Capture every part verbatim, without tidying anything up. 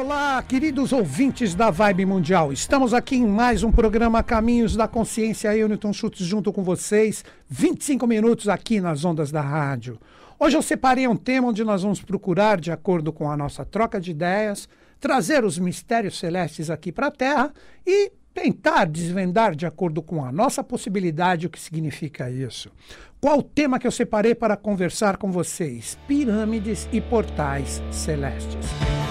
Olá, queridos ouvintes da Vibe Mundial. Estamos aqui em mais um programa Caminhos da Consciência. Eu, Newton Schultz, junto com vocês, vinte e cinco minutos aqui nas ondas da rádio. Hoje eu separei um tema onde nós vamos procurar, de acordo com a nossa troca de ideias, trazer os mistérios celestes aqui para a Terra e tentar desvendar, de acordo com a nossa possibilidade, o que significa isso. Qual o tema que eu separei para conversar com vocês? Pirâmides e portais celestes.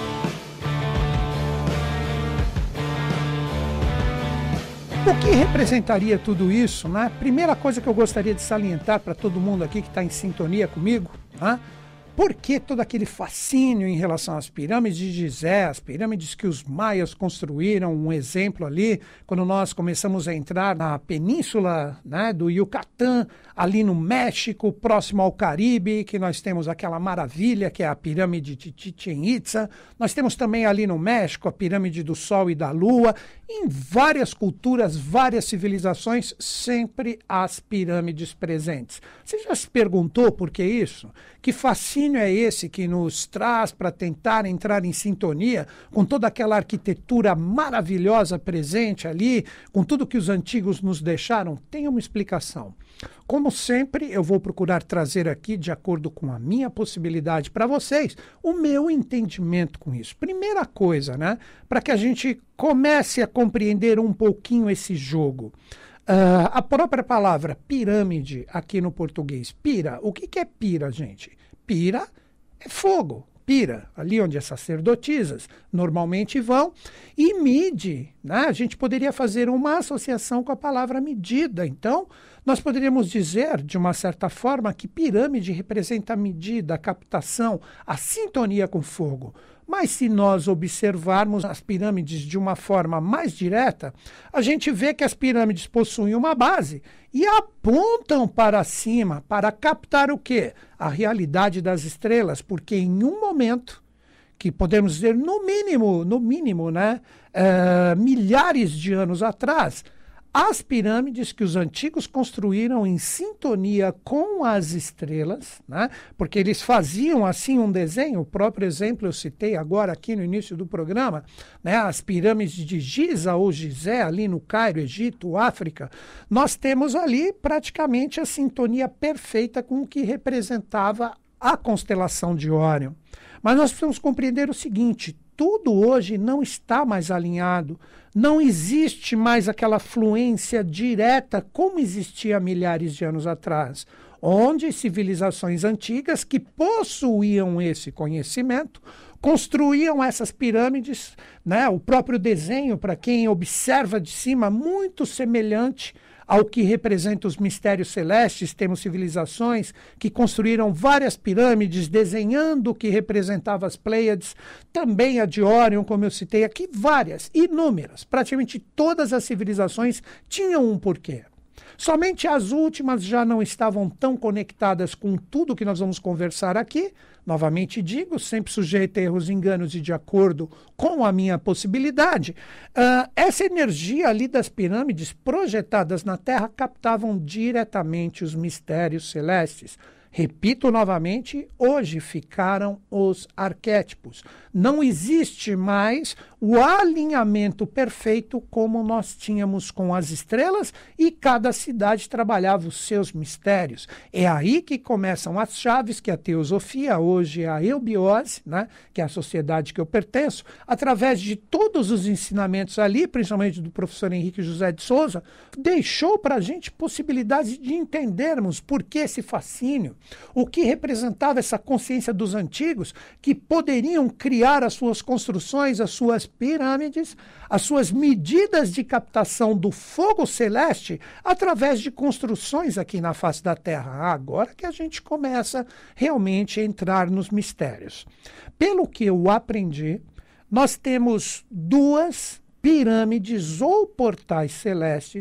O que representaria tudo isso, né? Primeira coisa que eu gostaria de salientar para todo mundo aqui que está em sintonia comigo, né? Por que todo aquele fascínio em relação às pirâmides de Gizé, as pirâmides que os maias construíram, um exemplo ali, quando nós começamos a entrar na península, né, do Yucatán, ali no México, próximo ao Caribe, que nós temos aquela maravilha que é a pirâmide de Chichén Itzá. Nós temos também ali no México a pirâmide do Sol e da Lua. Em várias culturas, várias civilizações, sempre as pirâmides presentes. Você já se perguntou por que isso? Que fascínio é esse que nos traz para tentar entrar em sintonia com toda aquela arquitetura maravilhosa presente ali, com tudo que os antigos nos deixaram? Tem uma explicação. Como sempre, eu vou procurar trazer aqui, de acordo com a minha possibilidade para vocês, o meu entendimento com isso. Primeira coisa, né, para que a gente comece a compreender um pouquinho esse jogo. Uh, a própria palavra pirâmide aqui no português, pira, o que, que é pira, gente? Pira é fogo, pira, ali onde as sacerdotisas normalmente vão, e mide, né? A gente poderia fazer uma associação com a palavra medida. Então, nós poderíamos dizer, de uma certa forma, que pirâmide representa a medida, a captação, a sintonia com fogo. Mas se nós observarmos as pirâmides de uma forma mais direta, a gente vê que as pirâmides possuem uma base e apontam para cima para captar o quê? A realidade das estrelas, porque em um momento, que podemos dizer no mínimo, no mínimo, né, uh, milhares de anos atrás, as pirâmides que os antigos construíram em sintonia com as estrelas, né? Porque eles faziam assim um desenho, o próprio exemplo eu citei agora aqui no início do programa, né? As pirâmides de Giza ou Gizé, ali no Cairo, Egito, África, nós temos ali praticamente a sintonia perfeita com o que representava a constelação de Órion. Mas nós precisamos compreender o seguinte: tudo hoje não está mais alinhado, não existe mais aquela fluência direta como existia há milhares de anos atrás, onde civilizações antigas que possuíam esse conhecimento construíam essas pirâmides, né? O próprio desenho, para quem observa de cima, muito semelhante ao que representa os mistérios celestes. Temos civilizações que construíram várias pirâmides, desenhando o que representava as Pleiades, também a de Órion, como eu citei aqui, várias, inúmeras. Praticamente todas as civilizações tinham um porquê. Somente as últimas já não estavam tão conectadas com tudo que nós vamos conversar aqui. Novamente digo, sempre sujeito a erros e enganos e de acordo com a minha possibilidade. Uh, essa energia ali das pirâmides projetadas na Terra captavam diretamente os mistérios celestes. Repito novamente, hoje ficaram os arquétipos. Não existe mais o alinhamento perfeito como nós tínhamos com as estrelas e cada cidade trabalhava os seus mistérios. É aí que começam as chaves que a teosofia, hoje é a eubiose, né, que é a sociedade que eu pertenço, através de todos os ensinamentos ali, principalmente do professor Henrique José de Souza, deixou para a gente possibilidade de entendermos por que esse fascínio, o que representava essa consciência dos antigos que poderiam criar as suas construções, as suas pirâmides, as suas medidas de captação do fogo celeste através de construções aqui na face da Terra. Agora que a gente começa realmente a entrar nos mistérios. Pelo que eu aprendi, nós temos duas pirâmides ou portais celestes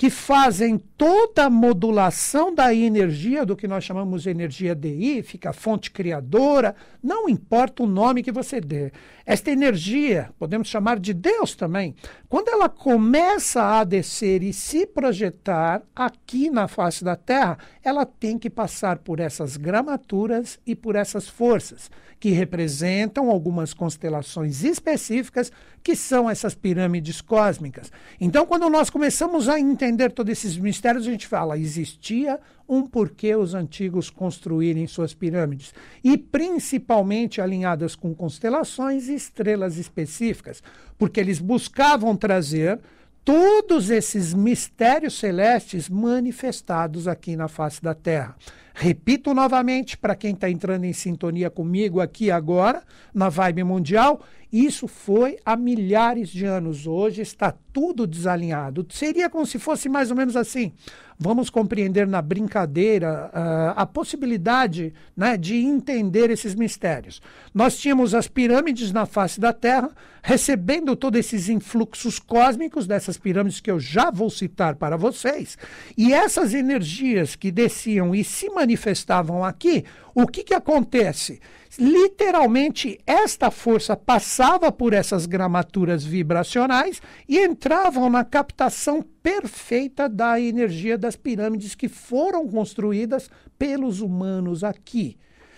que fazem toda a modulação da energia, do que nós chamamos de energia deífica, fonte criadora, não importa o nome que você dê. Esta energia, podemos chamar de Deus também, quando ela começa a descer e se projetar aqui na face da Terra, ela tem que passar por essas gramaturas e por essas forças, que representam algumas constelações específicas, que são essas pirâmides cósmicas. Então, quando nós começamos a entender todos esses mistérios, a gente fala, existia um porquê os antigos construírem suas pirâmides, e principalmente alinhadas com constelações e estrelas específicas, porque eles buscavam trazer todos esses mistérios celestes manifestados aqui na face da Terra. Repito novamente, para quem está entrando em sintonia comigo aqui agora, na Vibe Mundial, isso foi há milhares de anos. Hoje está tudo desalinhado. Seria como se fosse mais ou menos assim. Vamos compreender na brincadeira uh, a possibilidade, né, de entender esses mistérios. Nós tínhamos as pirâmides na face da Terra, recebendo todos esses influxos cósmicos dessas pirâmides que eu já vou citar para vocês, e essas energias que desciam e se manifestavam aqui, o que que acontece? Literalmente, esta força passava por essas gramaturas vibracionais e entravam na captação perfeita da energia das pirâmides que foram construídas pelos humanos aqui.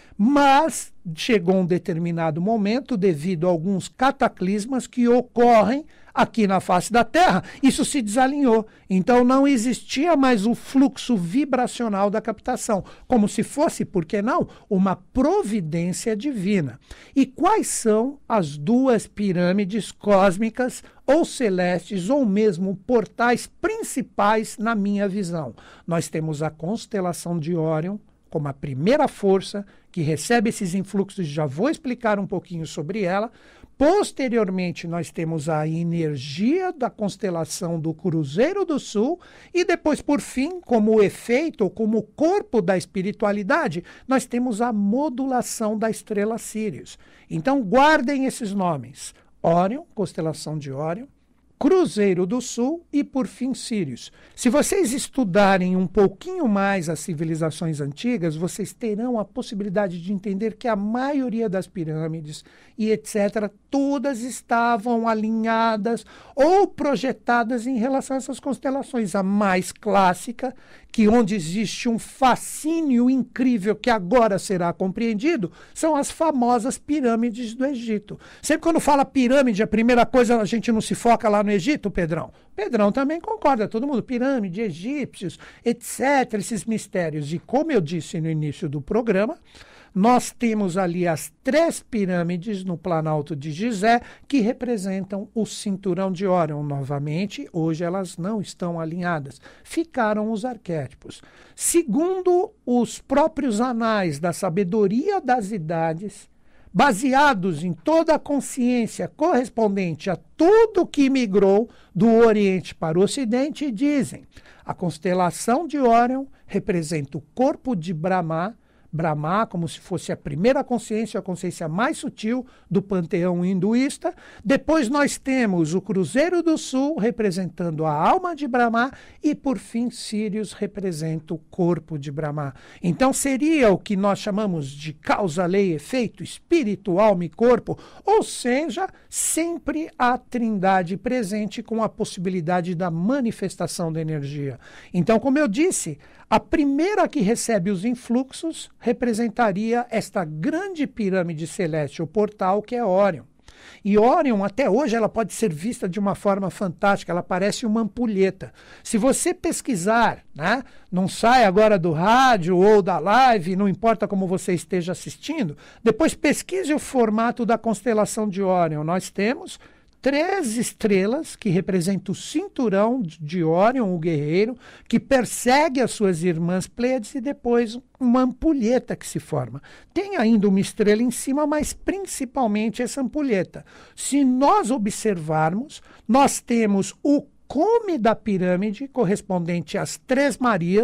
Mas chegou um determinado momento, devido a alguns cataclismas que ocorrem aqui na face da Terra, isso se desalinhou. Então não existia mais o fluxo vibracional da captação, como se fosse, por que não, uma providência divina. E quais são as duas pirâmides cósmicas ou celestes, ou mesmo portais principais na minha visão? Nós temos a constelação de Órion como a primeira força que recebe esses influxos, já vou explicar um pouquinho sobre ela. Posteriormente, nós temos a energia da constelação do Cruzeiro do Sul e depois, por fim, como efeito, ou como corpo da espiritualidade, nós temos a modulação da estrela Sírius. Então, guardem esses nomes: Órion, constelação de Órion, Cruzeiro do Sul e, por fim, Sírius. Se vocês estudarem um pouquinho mais as civilizações antigas, vocês terão a possibilidade de entender que a maioria das pirâmides e etcétera, todas estavam alinhadas ou projetadas em relação a essas constelações. A mais clássica, que onde existe um fascínio incrível que agora será compreendido, são as famosas pirâmides do Egito. Sempre quando fala pirâmide, a primeira coisa, a gente não se foca lá no Egito, Pedrão? Pedrão também concorda, todo mundo, pirâmide, egípcios, etcétera, esses mistérios. E como eu disse no início do programa, nós temos ali as três pirâmides no Planalto de Gizé, que representam o cinturão de Órion. Novamente, hoje elas não estão alinhadas, ficaram os arquétipos. Segundo os próprios anais da sabedoria das idades, baseados em toda a consciência correspondente a tudo que migrou do Oriente para o Ocidente, dizem: a constelação de Órion representa o corpo de Brahma, Brahma como se fosse a primeira consciência, a consciência mais sutil do panteão hinduísta. Depois nós temos o Cruzeiro do Sul representando a alma de Brahma e, por fim, Sírius representa o corpo de Brahma. Então seria o que nós chamamos de causa, lei, efeito, espírito, alma e corpo, ou seja, sempre a trindade presente com a possibilidade da manifestação da energia. Então, como eu disse, a primeira que recebe os influxos representaria esta grande pirâmide celeste, o portal, que é Órion. E Órion, até hoje, ela pode ser vista de uma forma fantástica, ela parece uma ampulheta. Se você pesquisar, né, não sai agora do rádio ou da live, não importa como você esteja assistindo, depois pesquise o formato da constelação de Órion. Nós temos três estrelas que representam o cinturão de Órion, o guerreiro, que persegue as suas irmãs Pleiades, e depois uma ampulheta que se forma. Tem ainda uma estrela em cima, mas principalmente essa ampulheta. Se nós observarmos, nós temos o cume da pirâmide, correspondente às Três Marias,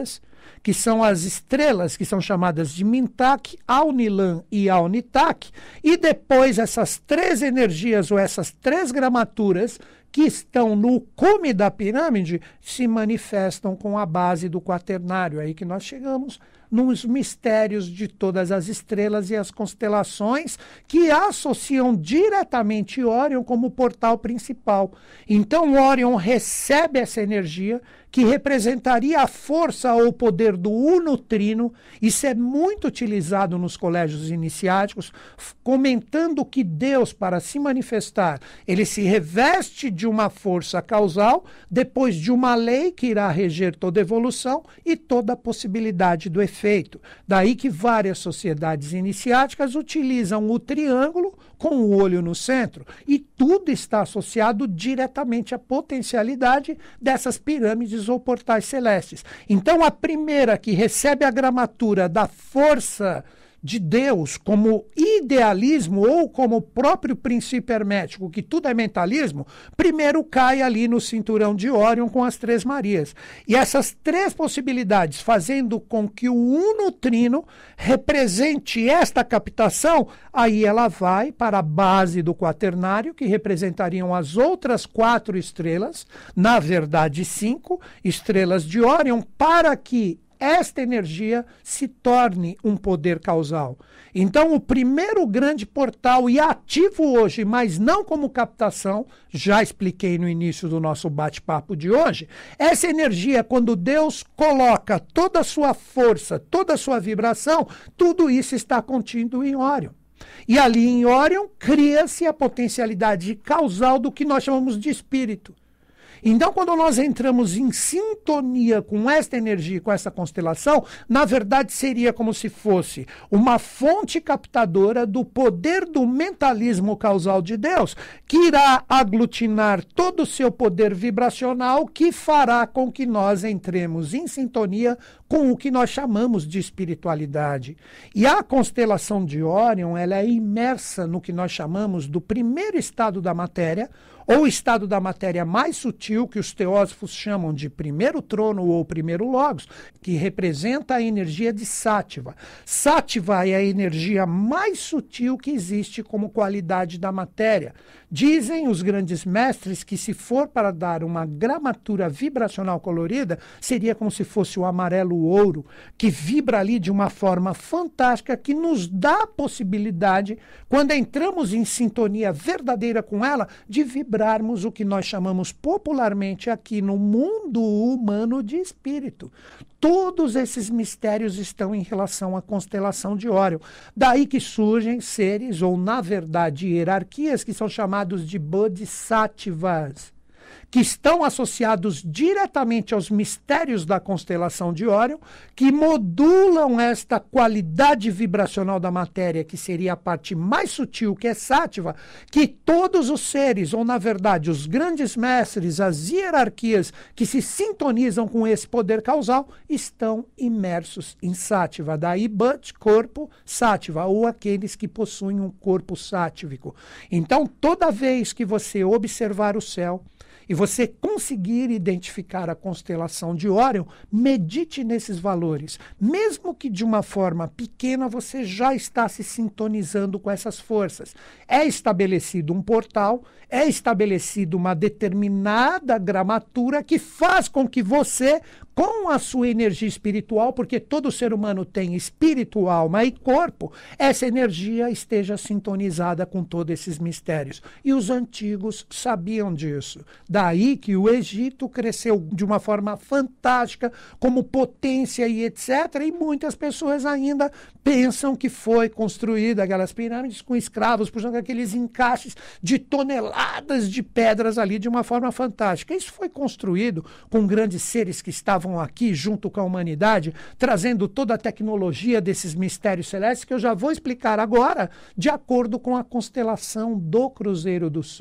que são as estrelas que são chamadas de Mintak, Aunilan e Aunitak, e depois essas três energias ou essas três gramaturas que estão no cume da pirâmide se manifestam com a base do quaternário. Aí que nós chegamos nos mistérios de todas as estrelas e as constelações que associam diretamente Órion como portal principal. Então Órion recebe essa energia que representaria a força ou poder do Uno Trino. Isso é muito utilizado nos colégios iniciáticos, comentando que Deus, para se manifestar, ele se reveste de uma força causal, depois de uma lei que irá reger toda evolução e toda a possibilidade do efeito. Daí que várias sociedades iniciáticas utilizam o triângulo com o olho no centro, e tudo está associado diretamente à potencialidade dessas pirâmides ou portais celestes. Então, a primeira que recebe a gramatura da força de Deus como idealismo ou como próprio princípio hermético, que tudo é mentalismo, primeiro cai ali no cinturão de Órion com as Três Marias. E essas três possibilidades fazendo com que o Uno Trino represente esta captação, aí ela vai para a base do quaternário, que representariam as outras quatro estrelas, na verdade cinco estrelas de Órion, para que esta energia se torne um poder causal. Então, o primeiro grande portal, e ativo hoje, mas não como captação, já expliquei no início do nosso bate-papo de hoje, essa energia, quando Deus coloca toda a sua força, toda a sua vibração, tudo isso está contido em Órion. E ali em Órion cria-se a potencialidade causal do que nós chamamos de espírito. Então, quando nós entramos em sintonia com esta energia, com essa constelação, na verdade seria como se fosse uma fonte captadora do poder do mentalismo causal de Deus, que irá aglutinar todo o seu poder vibracional, que fará com que nós entremos em sintonia com o que nós chamamos de espiritualidade. E a constelação de Órion, ela é imersa no que nós chamamos do primeiro estado da matéria, ou estado da matéria mais sutil, que os teósofos chamam de primeiro trono ou primeiro logos, que representa a energia de Sátiva. Sátiva é a energia mais sutil que existe como qualidade da matéria. Dizem os grandes mestres que, se for para dar uma gramatura vibracional colorida, seria como se fosse o amarelo ouro, que vibra ali de uma forma fantástica, que nos dá a possibilidade, quando entramos em sintonia verdadeira com ela, de vibrarmos o que nós chamamos popularmente aqui no mundo humano de espírito. Todos esses mistérios estão em relação à constelação de Órion. Daí que surgem seres, ou na verdade hierarquias, que são chamados de Bodhisattvas, que estão associados diretamente aos mistérios da constelação de Órion, que modulam esta qualidade vibracional da matéria, que seria a parte mais sutil, que é Sátiva, que todos os seres, ou na verdade os grandes mestres, as hierarquias que se sintonizam com esse poder causal, estão imersos em Sátiva. Daí But, corpo Sátiva, ou aqueles que possuem um corpo sátivico. Então, toda vez que você observar o céu, e você conseguir identificar a constelação de Órion, medite nesses valores. Mesmo que de uma forma pequena, você já está se sintonizando com essas forças. É estabelecido um portal, é estabelecido uma determinada gramatura que faz com que você, com a sua energia espiritual, porque todo ser humano tem espírito, alma e corpo, essa energia esteja sintonizada com todos esses mistérios. E os antigos sabiam disso. Daí que o Egito cresceu de uma forma fantástica, como potência e etcétera. E muitas pessoas ainda pensam que foi construída aquelas pirâmides com escravos, puxando aqueles encaixes de toneladas de pedras ali de uma forma fantástica. Isso foi construído com grandes seres que estavam aqui junto com a humanidade, trazendo toda a tecnologia desses mistérios celestes, que eu já vou explicar agora, de acordo com a constelação do Cruzeiro do Sul.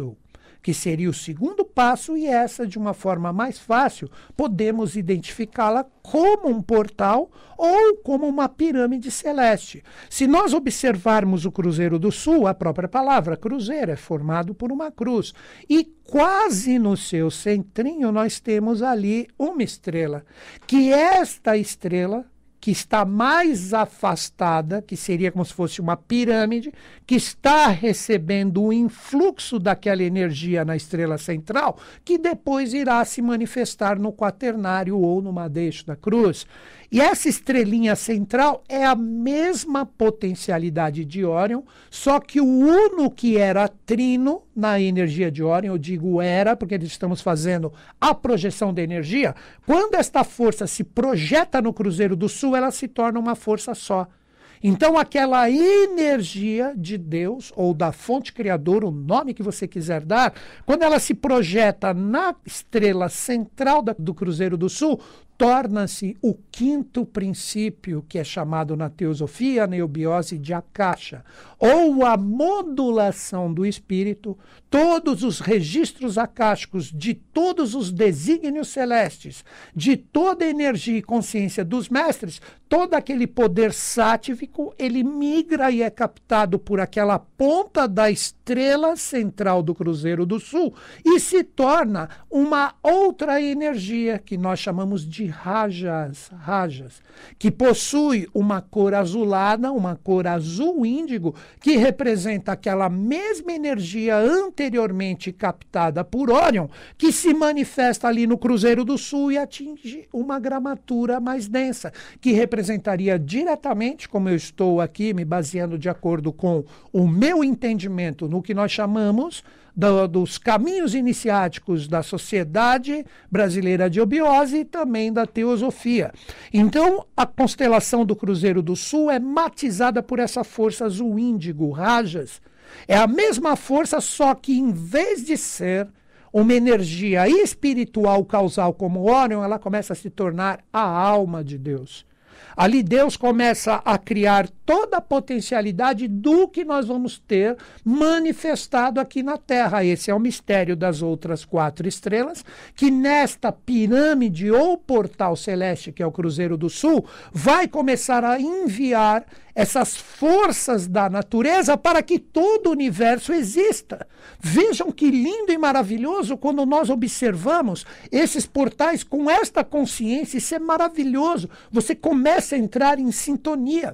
que seria o segundo passo, e essa, de uma forma mais fácil, podemos identificá-la como um portal ou como uma pirâmide celeste. Se nós observarmos o Cruzeiro do Sul, a própria palavra cruzeiro é formado por uma cruz, e quase no seu centrinho nós temos ali uma estrela, que esta estrela, que está mais afastada, que seria como se fosse uma pirâmide, que está recebendo o influxo daquela energia na estrela central, que depois irá se manifestar no quaternário ou no madeixo da cruz. E essa estrelinha central é a mesma potencialidade de Órion, só que o Uno, que era trino na energia de Órion, eu digo era, porque estamos fazendo a projeção da energia, quando esta força se projeta no Cruzeiro do Sul, ela se torna uma força só. Então, aquela energia de Deus, ou da fonte criadora, o nome que você quiser dar, quando ela se projeta na estrela central da, do Cruzeiro do Sul, torna-se o quinto princípio, que é chamado na teosofia, a neobiose de Akasha, ou a modulação do espírito, todos os registros akáshicos de todos os desígnios celestes, de toda a energia e consciência dos mestres, todo aquele poder sátivico, ele migra e é captado por aquela ponta da estrela central do Cruzeiro do Sul e se torna uma outra energia que nós chamamos de rajas, rajas, que possui uma cor azulada, uma cor azul índigo, que representa aquela mesma energia anteriormente captada por Órion, que se manifesta ali no Cruzeiro do Sul e atinge uma gramatura mais densa, que representaria diretamente, como eu estou aqui me baseando de acordo com o meu entendimento no que nós chamamos Do, dos caminhos iniciáticos da Sociedade Brasileira de Obiose e também da teosofia. Então, a constelação do Cruzeiro do Sul é matizada por essa força azul índigo, rajas. É a mesma força, só que em vez de ser uma energia espiritual causal como Órion, ela começa a se tornar a alma de Deus. Ali Deus começa a criar toda a potencialidade do que nós vamos ter manifestado aqui na Terra. Esse é o mistério das outras quatro estrelas, que nesta pirâmide ou portal celeste, que é o Cruzeiro do Sul, vai começar a enviar essas forças da natureza para que todo o universo exista. Vejam que lindo e maravilhoso quando nós observamos esses portais com esta consciência. Isso é maravilhoso. Você começa a entrar em sintonia.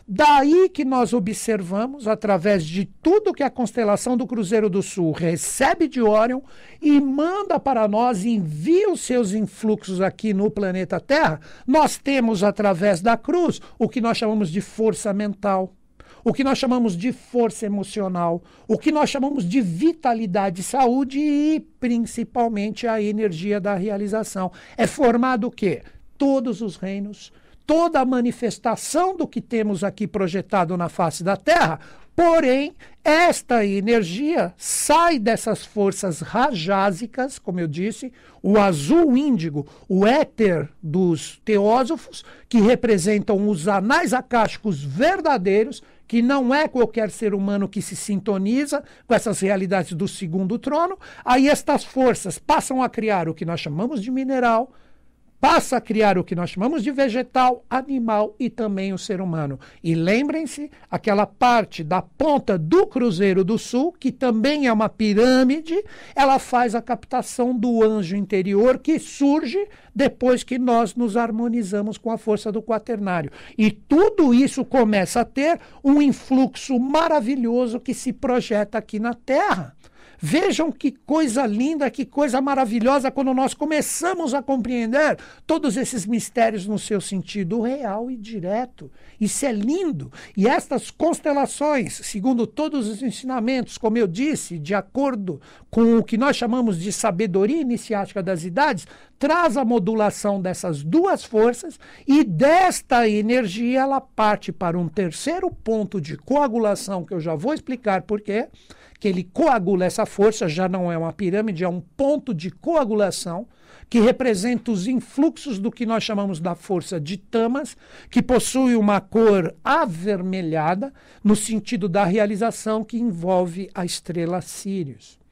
Daí que nós observamos, através de tudo que a constelação do Cruzeiro do Sul recebe de Órion e manda para nós, envia os seus influxos aqui no planeta Terra, nós temos, através da cruz, o que nós chamamos de força mental, o que nós chamamos de força emocional, o que nós chamamos de vitalidade e saúde e, principalmente, a energia da realização. É formado o quê? Todos os reinos, toda a manifestação do que temos aqui projetado na face da Terra, porém, esta energia sai dessas forças rajásicas, como eu disse, o azul índigo, o éter dos teósofos, que representam os anais akáshicos verdadeiros, que não é qualquer ser humano que se sintoniza com essas realidades do segundo trono. Aí estas forças passam a criar o que nós chamamos de mineral, passa a criar o que nós chamamos de vegetal, animal e também o ser humano. E lembrem-se, aquela parte da ponta do Cruzeiro do Sul, que também é uma pirâmide, ela faz a captação do anjo interior que surge depois que nós nos harmonizamos com a força do quaternário. E tudo isso começa a ter um influxo maravilhoso que se projeta aqui na Terra. Vejam que coisa linda, que coisa maravilhosa quando nós começamos a compreender todos esses mistérios no seu sentido real e direto. Isso é lindo. E estas constelações, segundo todos os ensinamentos, como eu disse, de acordo com o que nós chamamos de sabedoria iniciática das idades, traz a modulação dessas duas forças e desta energia ela parte para um terceiro ponto de coagulação, que eu já vou explicar por quê, que ele coagula essa força, já não é uma pirâmide, é um ponto de coagulação que representa os influxos do que nós chamamos da força de tamas, que possui uma cor avermelhada, no sentido da realização que envolve a estrela Sírius.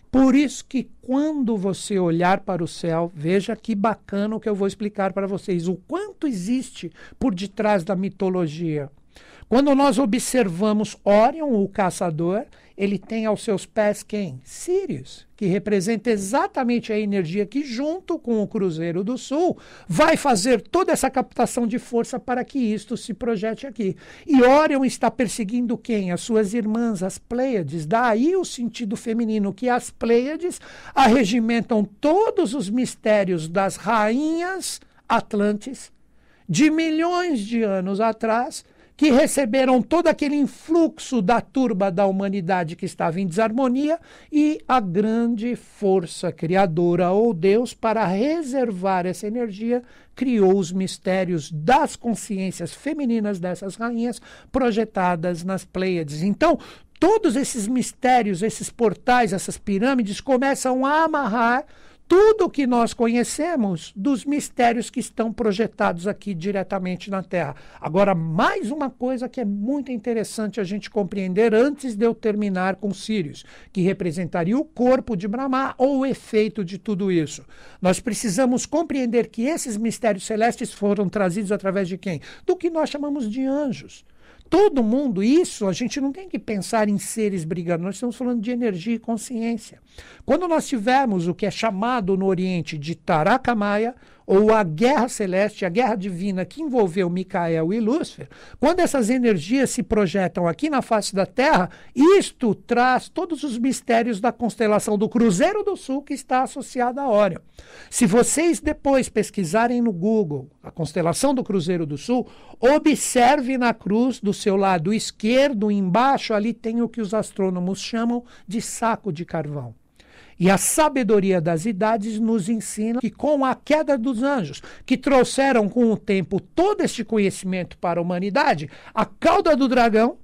Por isso que quando você olhar para o céu, veja que bacana o que eu vou explicar para vocês, o quanto existe por detrás da mitologia. Quando nós observamos Órion, o caçador, ele tem aos seus pés quem? Sírius, que representa exatamente a energia que, junto com o Cruzeiro do Sul, vai fazer toda essa captação de força para que isto se projete aqui. E Órion está perseguindo quem? As suas irmãs, as Pleiades. Daí o sentido feminino, que as Pleiades arregimentam todos os mistérios das rainhas Atlantes de milhões de anos atrás, que receberam todo aquele influxo da turba da humanidade que estava em desarmonia e a grande força criadora ou Deus, para reservar essa energia, criou os mistérios das consciências femininas dessas rainhas projetadas nas Pleiades. Então, todos esses mistérios, esses portais, essas pirâmides começam a amarrar tudo o que nós conhecemos dos mistérios que estão projetados aqui diretamente na Terra. Agora, mais uma coisa que é muito interessante a gente compreender antes de eu terminar com Sírius, que representaria o corpo de Brahma ou o efeito de tudo isso. Nós precisamos compreender que esses mistérios celestes foram trazidos através de quem? Do que nós chamamos de anjos. Todo mundo, isso, a gente não tem que pensar em seres brigando, nós estamos falando de energia e consciência. Quando nós tivermos o que é chamado no Oriente de Taraka Maya, ou a guerra celeste, a guerra divina que envolveu Micael e Lúcifer, quando essas energias se projetam aqui na face da Terra, isto traz todos os mistérios da constelação do Cruzeiro do Sul que está associada a Órion. Se vocês depois pesquisarem no Google a constelação do Cruzeiro do Sul, observe na cruz do seu lado esquerdo, embaixo, ali tem o que os astrônomos chamam de saco de carvão. E a sabedoria das idades nos ensina que com a queda dos anjos, que trouxeram com o tempo todo este conhecimento para a humanidade, a cauda do dragão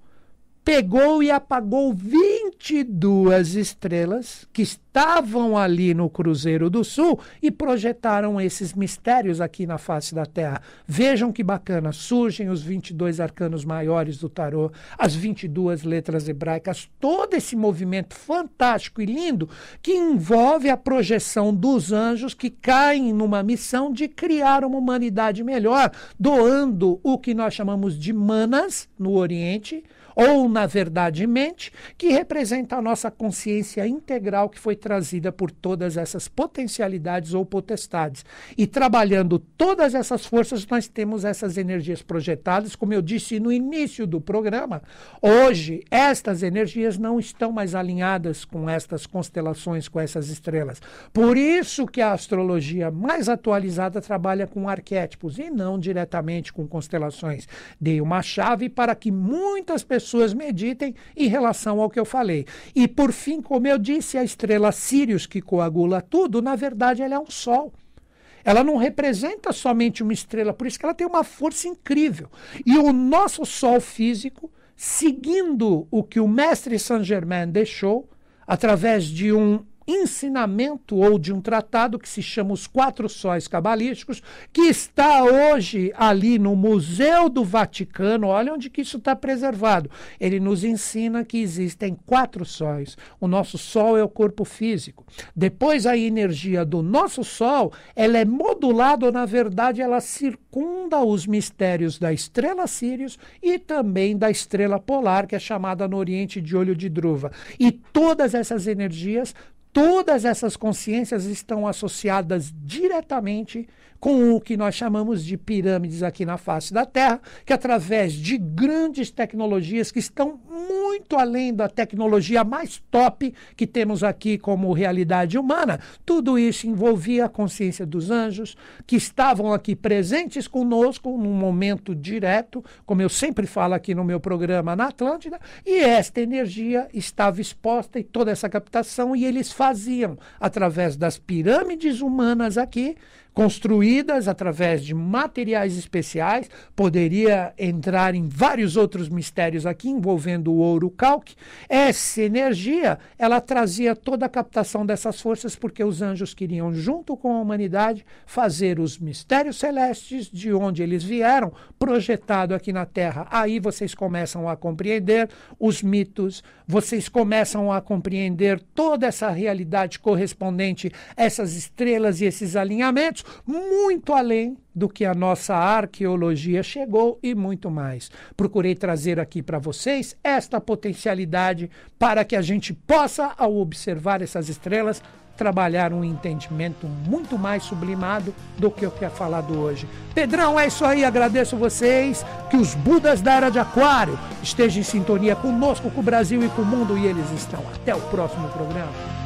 pegou e apagou vinte e duas estrelas que estavam ali no Cruzeiro do Sul e projetaram esses mistérios aqui na face da Terra. Vejam que bacana, surgem os vinte e dois arcanos maiores do tarô, as vinte e duas letras hebraicas, todo esse movimento fantástico e lindo que envolve a projeção dos anjos que caem numa missão de criar uma humanidade melhor, doando o que nós chamamos de manas no Oriente, ou, na verdade, mente, que representa a nossa consciência integral que foi trazida por todas essas potencialidades ou potestades. E trabalhando todas essas forças, nós temos essas energias projetadas, como eu disse no início do programa. Hoje, estas energias não estão mais alinhadas com estas constelações, com essas estrelas. Por isso que a astrologia mais atualizada trabalha com arquétipos e não diretamente com constelações. Dei uma chave para que muitas pessoas pessoas meditem em relação ao que eu falei. E, por fim, como eu disse, a estrela Sírius, que coagula tudo, na verdade, ela é um sol. Ela não representa somente uma estrela, por isso que ela tem uma força incrível. E o nosso sol físico, seguindo o que o mestre Saint-Germain deixou, através de um ensinamento ou de um tratado que se chama Os Quatro Sóis Cabalísticos, que está hoje ali no Museu do Vaticano. Olha onde que isso está preservado. Ele nos ensina que existem quatro sóis. O nosso sol é o corpo físico. Depois a energia do nosso sol, ela é modulada, ou na verdade ela circunda os mistérios da estrela Sírius e também da estrela polar, que é chamada no Oriente de olho de Druva. E todas essas energias, todas essas consciências estão associadas diretamente com o que nós chamamos de pirâmides aqui na face da Terra, que através de grandes tecnologias que estão muito além da tecnologia mais top que temos aqui como realidade humana, tudo isso envolvia a consciência dos anjos, que estavam aqui presentes conosco num momento direto, como eu sempre falo aqui no meu programa na Atlântida, e esta energia estava exposta e toda essa captação, e eles faziam, através das pirâmides humanas aqui, construídas através de materiais especiais, poderia entrar em vários outros mistérios aqui, envolvendo o ouro calque. Essa energia, ela trazia toda a captação dessas forças, porque os anjos queriam, junto com a humanidade, fazer os mistérios celestes de onde eles vieram, projetado aqui na Terra. Aí vocês começam a compreender os mitos, vocês começam a compreender toda essa realidade correspondente a essas estrelas e esses alinhamentos, muito além do que a nossa arqueologia chegou e muito mais. Procurei trazer aqui para vocês esta potencialidade para que a gente possa, ao observar essas estrelas, trabalhar um entendimento muito mais sublimado do que eu quero falado hoje. Pedrão, é isso aí, agradeço vocês, que os Budas da Era de Aquário estejam em sintonia conosco, com o Brasil e com o mundo, e eles estão. Até o próximo programa.